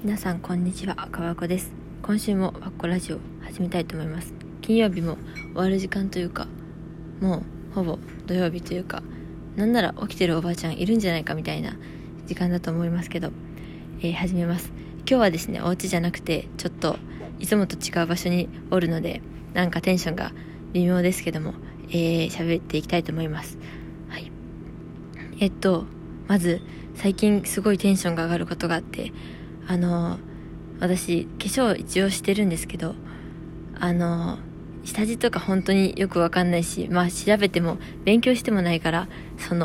皆さんこんにちは、かわこです。今週もわっこラジオを始めたいと思います。金曜日も終わる時間というか、もうほぼ土曜日というか、なんなら起きてるおばあちゃんいるんじゃないかみたいな時間だと思いますけど、始めます。今日はですね、お家じゃなくてちょっといつもと違う場所におるので、なんかテンションが微妙ですけども、喋っていきたいと思います。はい。まず最近すごいテンションが上がることがあって、私化粧一応してるんですけど、下地とか本当によくわかんないし、調べても勉強してもないから、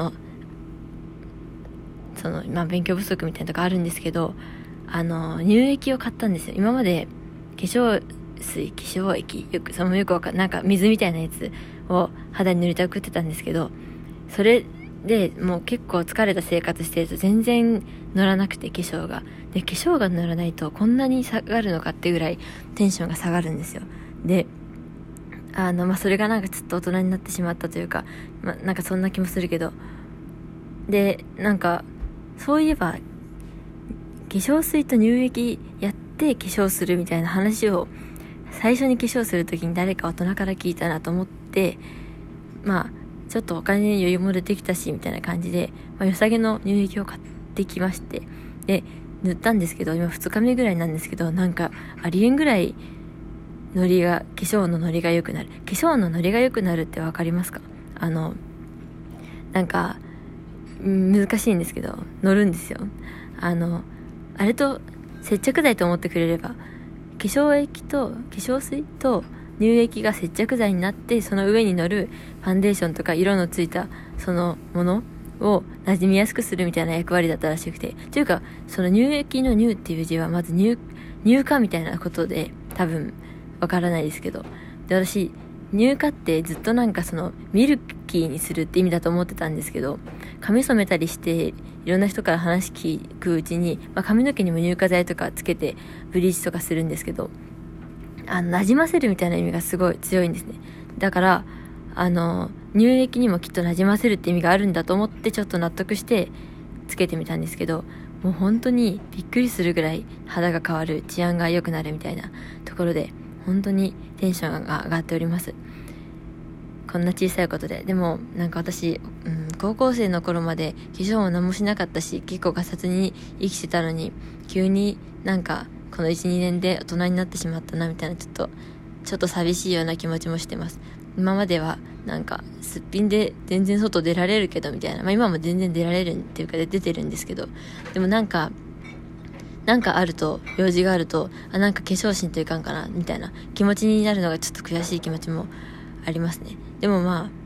勉強不足みたいなとこあるんですけど、乳液を買ったんですよ。今まで化粧液よくわかんない、なんか水みたいなやつを肌に塗りたくってたんですけど、それでもう結構疲れた生活してると全然乗らなくて、化粧が乗らないとこんなに下がるのかってぐらいテンションが下がるんですよ。でそれがなんかちょっと大人になってしまったというか、なんかそんな気もするけど、でなんかそういえば化粧水と乳液やって化粧するみたいな話を最初に化粧するときに誰か大人から聞いたなと思って、ちょっとお金に余裕も出てきたしみたいな感じで、良さげの乳液を買ってきまして、で塗ったんですけど、今2日目ぐらいなんですけど、なんかありえんぐらい化粧のノリが良くなる。化粧のノリが良くなるってわかりますか？なんか難しいんですけど、乗るんですよ。あれと接着剤と思ってくれれば、化粧水と乳液が接着剤になって、その上に乗るファンデーションとか色のついたそのものを馴染みやすくするみたいな役割だったらしくて、というかその乳液の乳っていう字はまず乳化みたいなことで、多分わからないですけど、で私乳化ってずっとなんかそのミルキーにするって意味だと思ってたんですけど、髪染めたりしていろんな人から話聞くうちに、髪の毛にも乳化剤とかつけてブリーチとかするんですけど、馴染ませるみたいな意味がすごい強いんですね。だから乳液にもきっと馴染ませるって意味があるんだと思って、ちょっと納得してつけてみたんですけど、もう本当にびっくりするぐらい肌が変わる、治安が良くなるみたいなところで、本当にテンションが上がっております。こんな小さいことで。でもなんか私、高校生の頃まで化粧も何もしなかったし、結構ガサツに生きてたのに、急になんかこの 1,2 年で大人になってしまったなみたいな、ちょっと寂しいような気持ちもしてます。今まではなんかすっぴんで全然外出られるけどみたいな、今も全然出られるっていうか出てるんですけど、でもなんかあると、用事があると、なんか化粧しんといかんかなみたいな気持ちになるのがちょっと悔しい気持ちもありますね。でも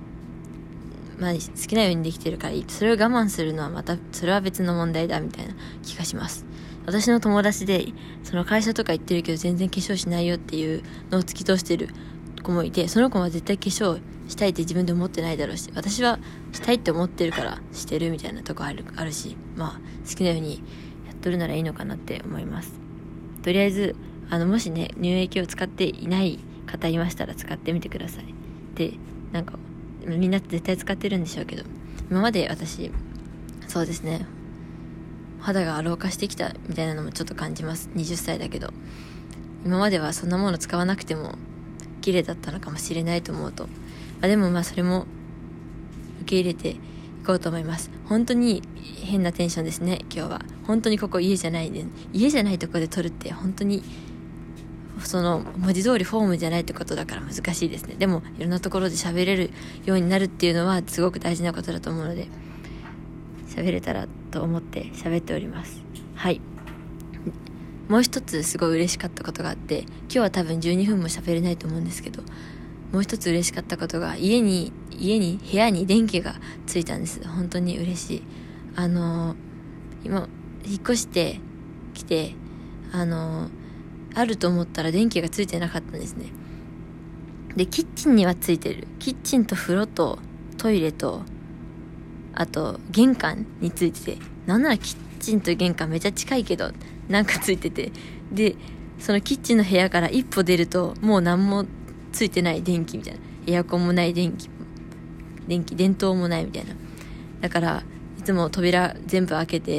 好きなようにできてるからいい。それを我慢するのはまたそれは別の問題だみたいな気がします。私の友達でその会社とか行ってるけど全然化粧しないよっていうのを突き通してる子もいて、その子は絶対化粧したいって自分で思ってないだろうし、私はしたいって思ってるからしてるみたいなとこあるし、好きなようにやっとるならいいのかなって思います。とりあえずもしね、乳液を使っていない方いましたら使ってみてください。でなんかみんな絶対使ってるんでしょうけど、今まで私そうですね、肌が老化してきたみたいなのもちょっと感じます。20歳だけど、今まではそんなもの使わなくても綺麗だったのかもしれないと思うと、でもそれも受け入れていこうと思います。本当に変なテンションですね今日は。本当にここ家じゃないところで撮るって本当にその文字通りフォームじゃないってことだから難しいですね。でもいろんなところで喋れるようになるっていうのはすごく大事なことだと思うので、喋れたらと思って喋っております。はい。もう一つすごい嬉しかったことがあって、今日は多分12分も喋れないと思うんですけど、もう一つ嬉しかったことが、部屋に電気がついたんです。本当に嬉しい。今引っ越してきてあると思ったら電気がついてなかったんですね。でキッチンにはついてる。キッチンと風呂とトイレとあと玄関についてて、なんならキッチンと玄関めっちゃ近いけどなんかついてて、でそのキッチンの部屋から一歩出るともう何もついてない電気みたいな、エアコンもない電灯もないみたいな。だからいつも扉全部開けて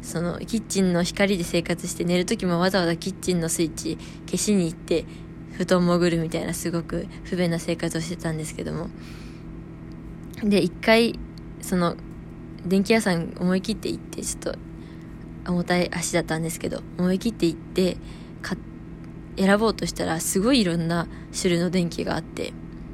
そのキッチンの光で生活して、寝る時もわざわざキッチンのスイッチ消しに行って布団潜るみたいな、すごく不便な生活をしてたんですけども、で一回その電気屋さん思い切って行って、ちょっと重たい足だったんですけど思い切って行って選ぼうとしたら、すごいいろんな種類の電気があって、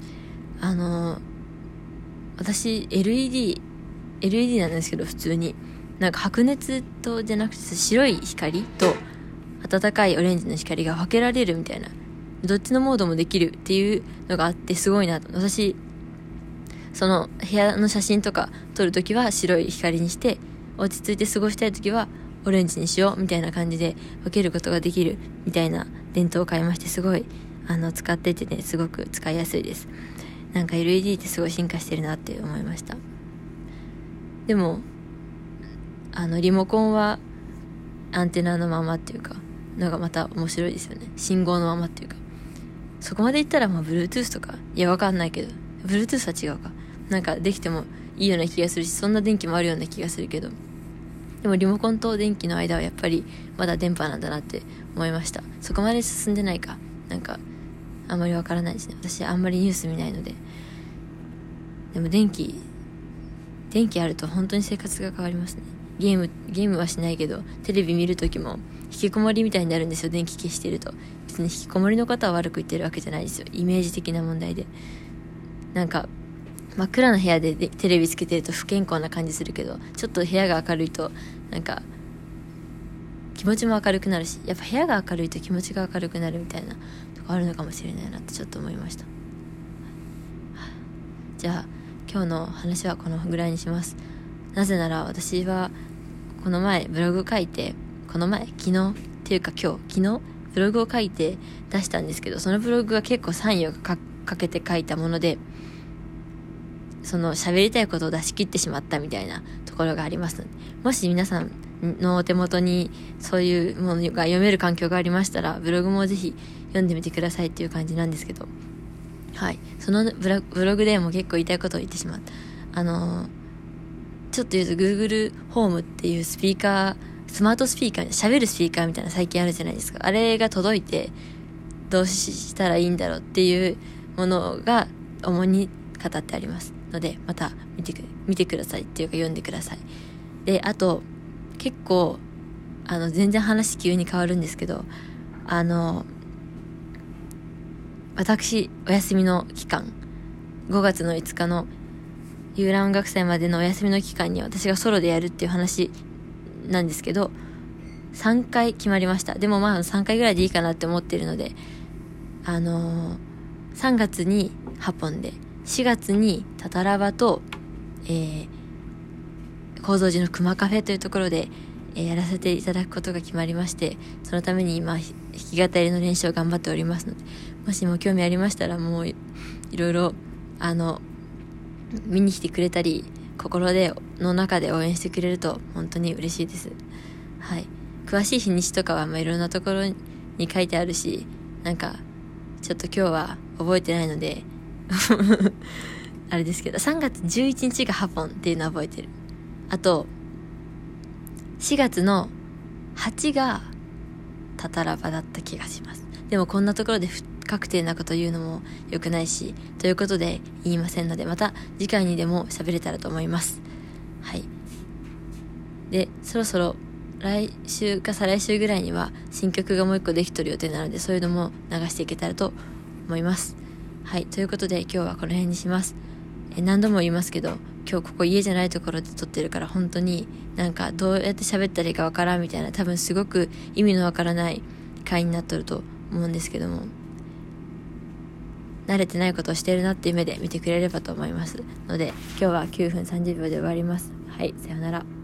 私 LED なんですけど、普通になんか白熱灯じゃなくて白い光と暖かいオレンジの光が分けられるみたいな、どっちのモードもできるっていうのがあって、すごいなと。私その部屋の写真とか撮るときは白い光にして、落ち着いて過ごしたいときはオレンジにしようみたいな感じで分けることができるみたいな電灯を買いまして、すごい使っててね、すごく使いやすいです。なんか LED ってすごい進化してるなって思いました。でもリモコンはアンテナのままっていうかのがまた面白いですよね。信号のままっていうか、そこまでいったらBluetooth とか、いやわかんないけど Bluetooth は違うか、なんかできてもいいような気がするし、そんな電気もあるような気がするけど、でもリモコンと電気の間はやっぱりまだ電波なんだなって思いました。そこまで進んでないか、なんかあんまりわからないですね。私あんまりニュース見ないので。でも電気あると本当に生活が変わりますね。ゲームはしないけど、テレビ見るときも引きこもりみたいになるんですよ、電気消してると。別に引きこもりの方は悪く言ってるわけじゃないですよ。イメージ的な問題で、なんか真っ暗な部屋でテレビつけてると不健康な感じするけど、ちょっと部屋が明るいとなんか気持ちも明るくなるし、やっぱ部屋が明るいと気持ちが明るくなるみたいなとこあるのかもしれないなってちょっと思いました。じゃあ今日の話はこのぐらいにします。なぜなら私はこの前ブログ書いて、昨日っていうか昨日ブログを書いて出したんですけど、そのブログが結構3行かけて書いたもので、その喋りたいことを出し切ってしまったみたいなところがありますので、もし皆さんのお手元にそういうものが読める環境がありましたら、ブログもぜひ読んでみてくださいっていう感じなんですけど、はい、そのブログでも結構言いたいことを言ってしまった。ちょっと言うと Google ホームっていうスマートスピーカー、喋るスピーカーみたいな最近あるじゃないですか。あれが届いてどうしたらいいんだろうっていうものが主に語ってありますので、また見てくださいっていうか読んでください。で、あと結構全然話急に変わるんですけど、私お休みの期間、5月の5日の遊覧音楽祭までのお休みの期間に私がソロでやるっていう話なんですけど、3回決まりました。でも3回ぐらいでいいかなって思ってるので、3月にハポンで、4月にタタラバと、高蔵寺の熊カフェというところで、やらせていただくことが決まりまして、そのために今弾き語りの練習を頑張っておりますので、もしも興味ありましたら、もういろいろ見に来てくれたり、心の中で応援してくれると本当に嬉しいです。はい、詳しい日にちとかはいろんなところに書いてあるし、なんかちょっと今日は覚えてないのであれですけど、3月11日がハポンっていうのは覚えてる。あと4月の8がタタラバだった気がします。でもこんなところで不確定なこと言うのも良くないし、ということで言いませんので、また次回にでも喋れたらと思います。はい。で、そろそろ来週か再来週ぐらいには新曲がもう一個できとる予定なので、そういうのも流していけたらと思います。はい。ということで今日はこの辺にします。何度も言いますけど、今日ここ家じゃないところで撮ってるから、本当になんかどうやって喋ったらいいかわからんみたいな、多分すごく意味のわからない回になっとると思うんですけども、慣れてないことをしてるなっていう目で見てくれればと思いますので、今日は9分30秒で終わります。はい、さようなら。